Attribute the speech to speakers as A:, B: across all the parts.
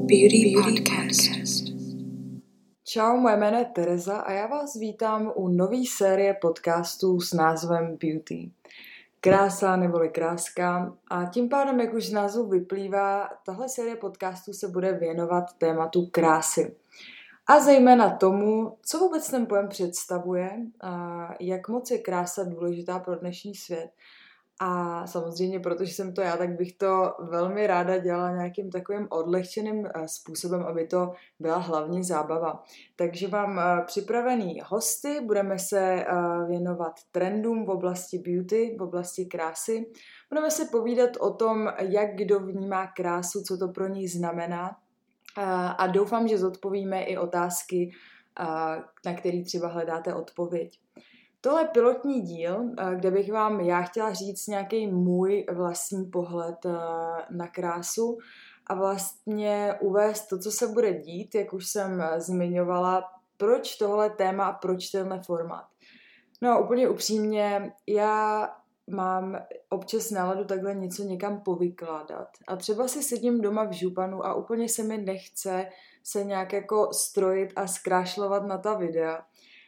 A: Beauty Podcast.
B: Čau, moje jméno je Tereza a já vás vítám u nové série podcastů s názvem Beauty. Krása neboli kráska a tím pádem, jak už z názvu vyplývá, tahle série podcastů se bude věnovat tématu krásy. A zejména tomu, co vůbec ten pojem představuje, a jak moc je krása důležitá pro dnešní svět. A samozřejmě, protože jsem to já, tak bych to velmi ráda dělala nějakým takovým odlehčeným způsobem, aby to byla hlavní zábava. Takže mám připravený hosty, budeme se věnovat trendům v oblasti beauty, v oblasti krásy. Budeme se povídat o tom, jak kdo vnímá krásu, co to pro ní znamená. A doufám, že zodpovíme i otázky, na které třeba hledáte odpověď. Tohle je pilotní díl, kde bych vám já chtěla říct nějaký můj vlastní pohled na krásu a vlastně uvést to, co se bude dít, jak už jsem zmiňovala, proč tohle téma a proč tenhle formát. No a úplně upřímně, já mám občas náladu takhle něco někam povykládat a třeba si sedím doma v županu a úplně se mi nechce se nějak jako strojit a zkrášlovat na ta videa.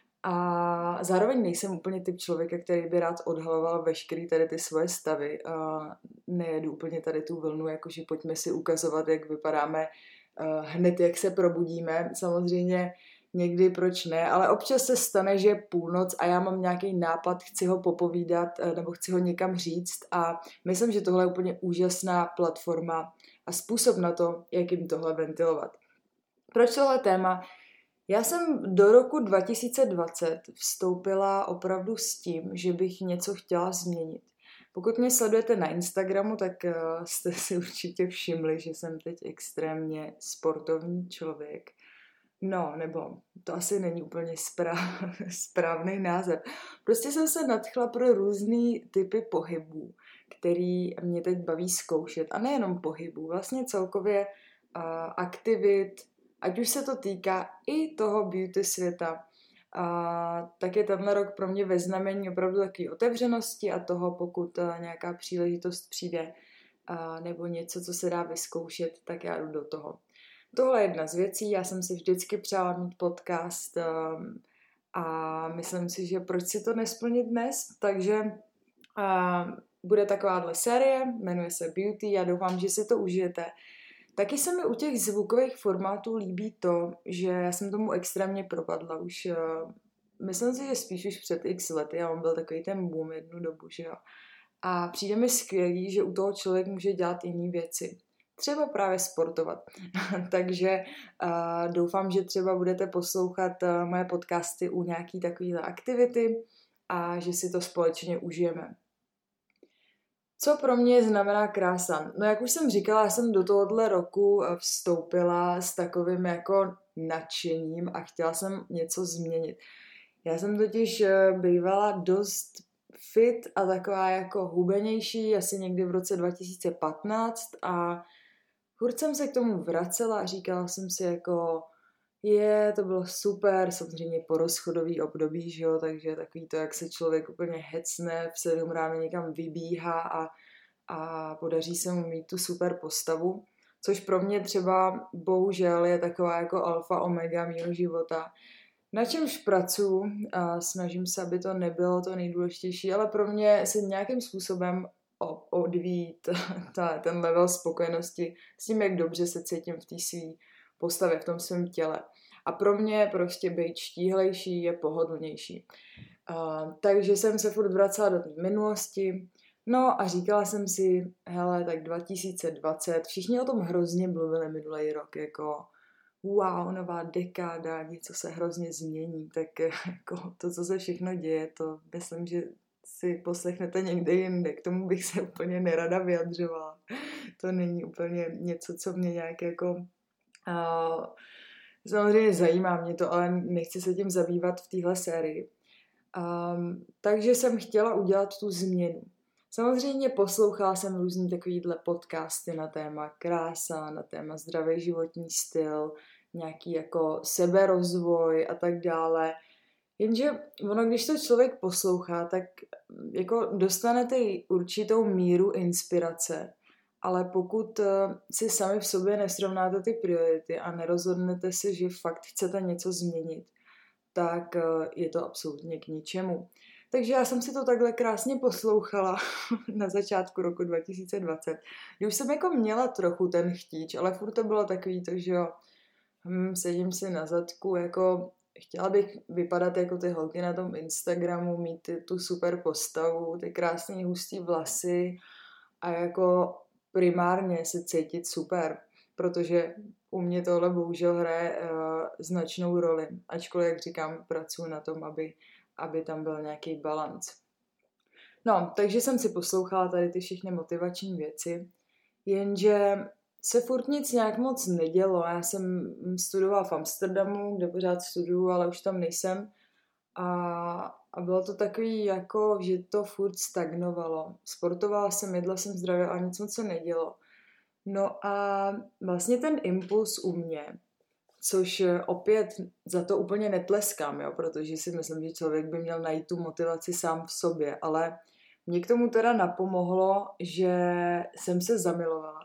B: A zároveň nejsem úplně typ člověka, který by rád odhaloval veškerý tady ty svoje stavy. A nejedu úplně tady tu vlnu, jakože pojďme si ukazovat, jak vypadáme hned, jak se probudíme. Samozřejmě někdy proč ne, ale občas se stane, že je půlnoc a já mám nějaký nápad, chci ho popovídat nebo chci ho někam říct a myslím, že tohle je úplně úžasná platforma a způsob na to, jak jim tohle ventilovat. Proč tohle téma? Já jsem do roku 2020 vstoupila opravdu s tím, že bych něco chtěla změnit. Pokud mě sledujete na Instagramu, tak jste si určitě všimli, že jsem teď extrémně sportovní člověk. No, nebo to asi není úplně správný název. Prostě jsem se nadchla pro různý typy pohybů, který mě teď baví zkoušet. A nejenom pohybů, vlastně celkově aktivit, ať už se to týká i toho beauty světa, tak je tenhle rok pro mě ve znamení opravdu takové otevřenosti a toho, pokud nějaká příležitost přijde nebo něco, co se dá vyzkoušet, tak já jdu do toho. Tohle je jedna z věcí, já jsem si vždycky přála mít podcast a myslím si, že proč si to nesplnit dnes, takže bude takováhle série, jmenuje se Beauty, já doufám, že si to užijete. Taky se mi u těch zvukových formátů líbí to, že já jsem tomu extrémně propadla už, myslím si, že spíš už před x lety, a on byl takový ten boom jednu dobu, že jo. A přijde mi skvělý, že u toho člověk může dělat jiné věci. Třeba právě sportovat. Takže doufám, že třeba budete poslouchat moje podcasty u nějaký takovýhle aktivity a že si to společně užijeme. Co pro mě znamená krása? No jak už jsem říkala, já jsem do tohohle roku vstoupila s takovým jako nadšením a chtěla jsem něco změnit. Já jsem totiž bývala dost fit a taková jako hubenější, asi někdy v roce 2015 a furt jsem se k tomu vracela a říkala jsem si jako to bylo super, samozřejmě porozchodový období, že jo, takže takový to, jak se člověk úplně hecne, v 7 ráno někam vybíhá a podaří se mu mít tu super postavu, což pro mě třeba bohužel je taková jako alfa omega mýho života, na čemž pracuji a snažím se, aby to nebylo to nejdůležitější, ale pro mě se nějakým způsobem odvíjí ten level spokojenosti s tím, jak dobře se cítím v té své postavě, v tom svém těle. A pro mě prostě být štíhlejší je pohodlnější. Takže jsem se furt vracela do té minulosti. No a říkala jsem si, hele, tak 2020, všichni o tom hrozně mluvili minulý rok, jako wow, nová dekáda, něco se hrozně změní, tak jako to, co se všechno děje, to myslím, že si poslechnete někde jinde, k tomu bych se úplně nerada vyjadřovala. To není úplně něco, co mě nějak jako samozřejmě zajímá mě to, ale nechci se tím zabývat v téhle sérii. Takže jsem chtěla udělat tu změnu. Samozřejmě poslouchala jsem různý takovýhle podcasty na téma krása, na téma zdravý životní styl, nějaký jako seberozvoj a tak dále. Jenže ono, když to člověk poslouchá, tak jako dostanete určitou míru inspirace ale pokud si sami v sobě nesrovnáte ty priority a nerozhodnete si, že fakt chcete něco změnit, tak je to absolutně k ničemu. Takže já jsem si to takhle krásně poslouchala na začátku roku 2020, kdy už jsem jako měla trochu ten chtíč, ale furt to bylo takový to, že jo, sedím si na zadku, jako chtěla bych vypadat jako ty holky na tom Instagramu, mít tu super postavu, ty krásné hustý vlasy a jako primárně se cítit super, protože u mě tohle bohužel hraje značnou roli, ačkoliv, jak říkám, pracuji na tom, aby tam byl nějaký balanc. No, takže jsem si poslouchala tady ty všechny motivační věci, jenže se furt nic nějak moc nedělo. Já jsem studovala v Amsterdamu, kde pořád studuju, ale už tam nejsem. A bylo to takový, jako, že to furt stagnovalo. Sportovala jsem, jedla jsem zdravě, ale nic moc se nedělo. No a vlastně ten impuls u mě, což opět za to úplně netleskám, jo, protože si myslím, že člověk by měl najít tu motivaci sám v sobě, ale mě k tomu teda napomohlo, že jsem se zamilovala.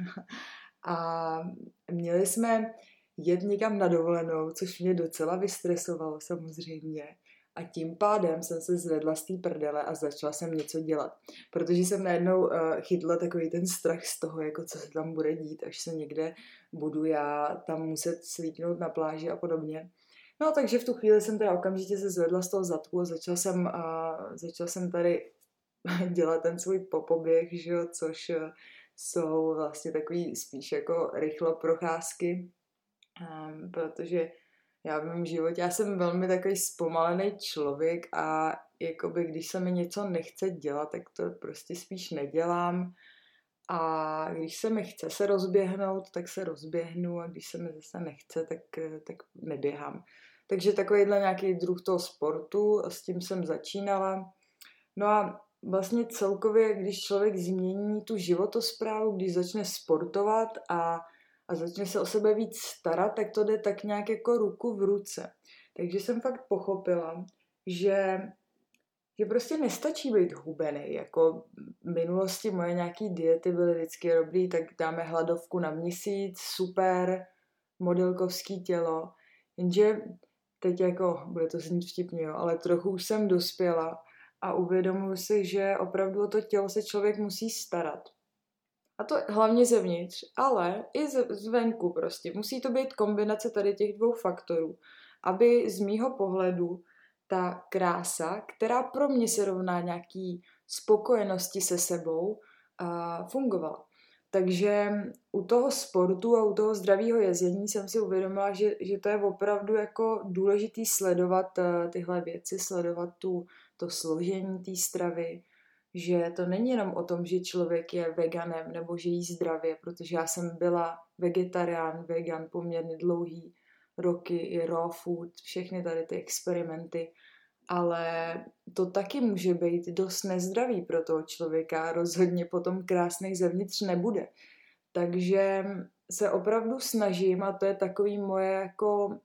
B: A měli jsme jet někam na dovolenou, což mě docela vystresovalo samozřejmě. A tím pádem jsem se zvedla z té prdele a začala jsem něco dělat. Protože jsem najednou chytla takový ten strach z toho, jako co se tam bude dít, až se někde budu já tam muset svítnout na pláži a podobně. No takže v tu chvíli jsem teda okamžitě se zvedla z toho zadku a začala jsem tady dělat ten svůj popoběh, že jo, což jsou vlastně takový spíš jako rychlo procházky, protože já v mém životě, já jsem velmi takový zpomalený člověk a jakoby když se mi něco nechce dělat, tak to prostě spíš nedělám a když se mi chce se rozběhnout, tak se rozběhnu a když se mi zase nechce, tak neběhám. Takže takovýhle nějaký druh toho sportu, s tím jsem začínala. No a vlastně celkově, když člověk změní tu životosprávu, když začne sportovat a začne se o sebe víc starat, tak to jde tak nějak jako ruku v ruce. Takže jsem fakt pochopila, že prostě nestačí být hubený. Jako v minulosti moje nějaký diety byly vždycky dobrý, tak dáme hladovku na měsíc, super, modelkovský tělo. Jenže teď jako, bude to znít vtipně, jo, ale trochu už jsem dospěla a uvědomuji si, že opravdu o to tělo se člověk musí starat. A to hlavně zevnitř, ale i zvenku prostě. Musí to být kombinace tady těch dvou faktorů, aby z mýho pohledu ta krása, která pro mě se rovná nějaký spokojenosti se sebou, fungovala. Takže u toho sportu a u toho zdravého jezení jsem si uvědomila, že to je opravdu jako důležitý sledovat tyhle věci, sledovat to složení té stravy, že to není jenom o tom, že člověk je veganem nebo že jí zdravě, protože já jsem byla vegetarián, vegan poměrně dlouhý roky, i raw food, všechny tady ty experimenty, ale to taky může být dost nezdravý pro toho člověka, rozhodně potom krásnej zevnitř nebude. Takže se opravdu snažím, a to je takový moje jako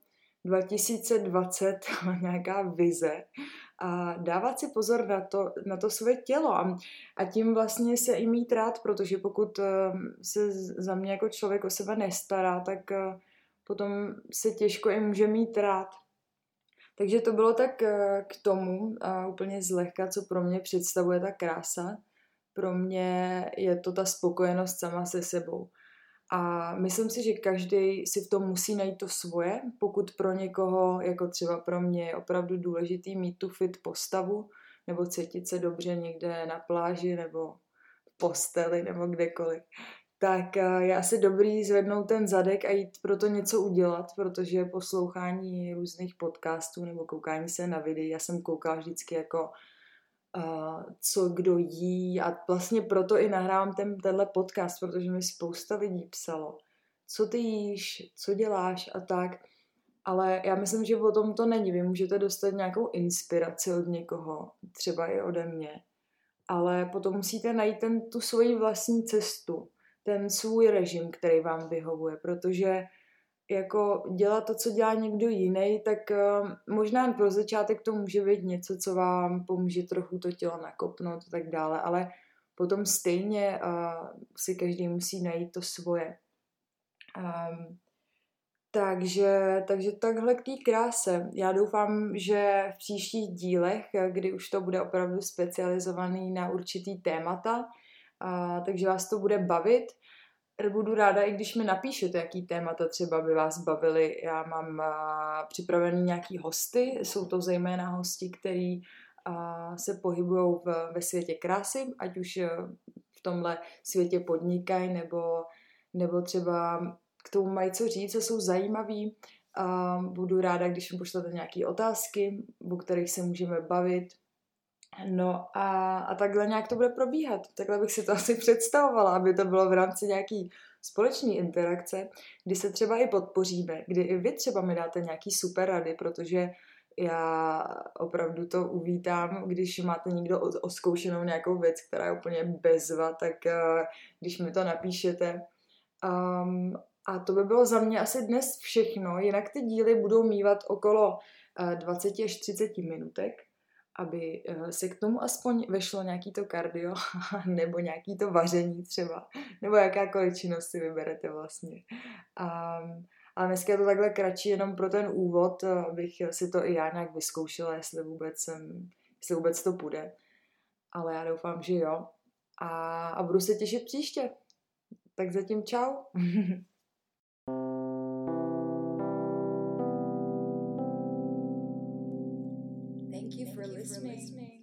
B: 2020 nějaká vize, a dávat si pozor na to své tělo a tím vlastně se i mít rád, protože pokud se za mě jako člověk o sebe nestará, tak potom se těžko i může mít rád. Takže to bylo tak k tomu úplně zlehka, co pro mě představuje ta krása. Pro mě je to ta spokojenost sama se sebou. A myslím si, že každý si v tom musí najít to svoje, pokud pro někoho, jako třeba pro mě, je opravdu důležitý mít tu fit postavu, nebo cítit se dobře někde na pláži, nebo v posteli, nebo kdekoliv, tak je asi dobrý zvednout ten zadek a jít pro to něco udělat, protože poslouchání různých podcastů nebo koukání se na videa, já jsem koukala vždycky jako co kdo jí a vlastně proto i nahrávám tenhle podcast, protože mi spousta lidí psalo, co ty jíš, co děláš a tak, ale já myslím, že o tom to není, vy můžete dostat nějakou inspiraci od někoho, třeba i ode mě, ale potom musíte najít tu svoji vlastní cestu, ten svůj režim, který vám vyhovuje, protože jako dělat to, co dělá někdo jiný, tak možná pro začátek to může být něco, co vám pomůže trochu to tělo nakopnout a tak dále, ale potom stejně si každý musí najít to svoje. Takže takhle k té kráse. Já doufám, že v příštích dílech, kdy už to bude opravdu specializovaný na určitý témata, takže vás to bude bavit. Budu ráda, i když mi napíšete, jaký témata třeba by vás bavily. Já mám připravený nějaký hosty, jsou to zejména hosti, který se pohybují ve světě krásy, ať už v tomhle světě podnikají, nebo třeba k tomu mají co říct a jsou zajímaví. Budu ráda, když mi pošlete nějaké otázky, o kterých se můžeme bavit. No a takhle nějak to bude probíhat. Takhle bych si to asi představovala, aby to bylo v rámci nějaký společné interakce, kdy se třeba i podpoříme, kdy i vy třeba mi dáte nějaký super rady, protože já opravdu to uvítám, když máte někdo oskoušenou nějakou věc, která je úplně bezva, tak když mi to napíšete. A to by bylo za mě asi dnes všechno, jinak ty díly budou mívat okolo 20 až 30 minutek, aby se k tomu aspoň vešlo nějaký to kardio, nebo nějaký to vaření třeba, nebo jakákoliv činnost si vyberete vlastně. Ale dneska je to takhle kratší jenom pro ten úvod, abych si to i já nějak vyzkoušela, jestli vůbec to půjde. Ale já doufám, že jo. A budu se těšit příště. Tak zatím čau. Thank you for listening.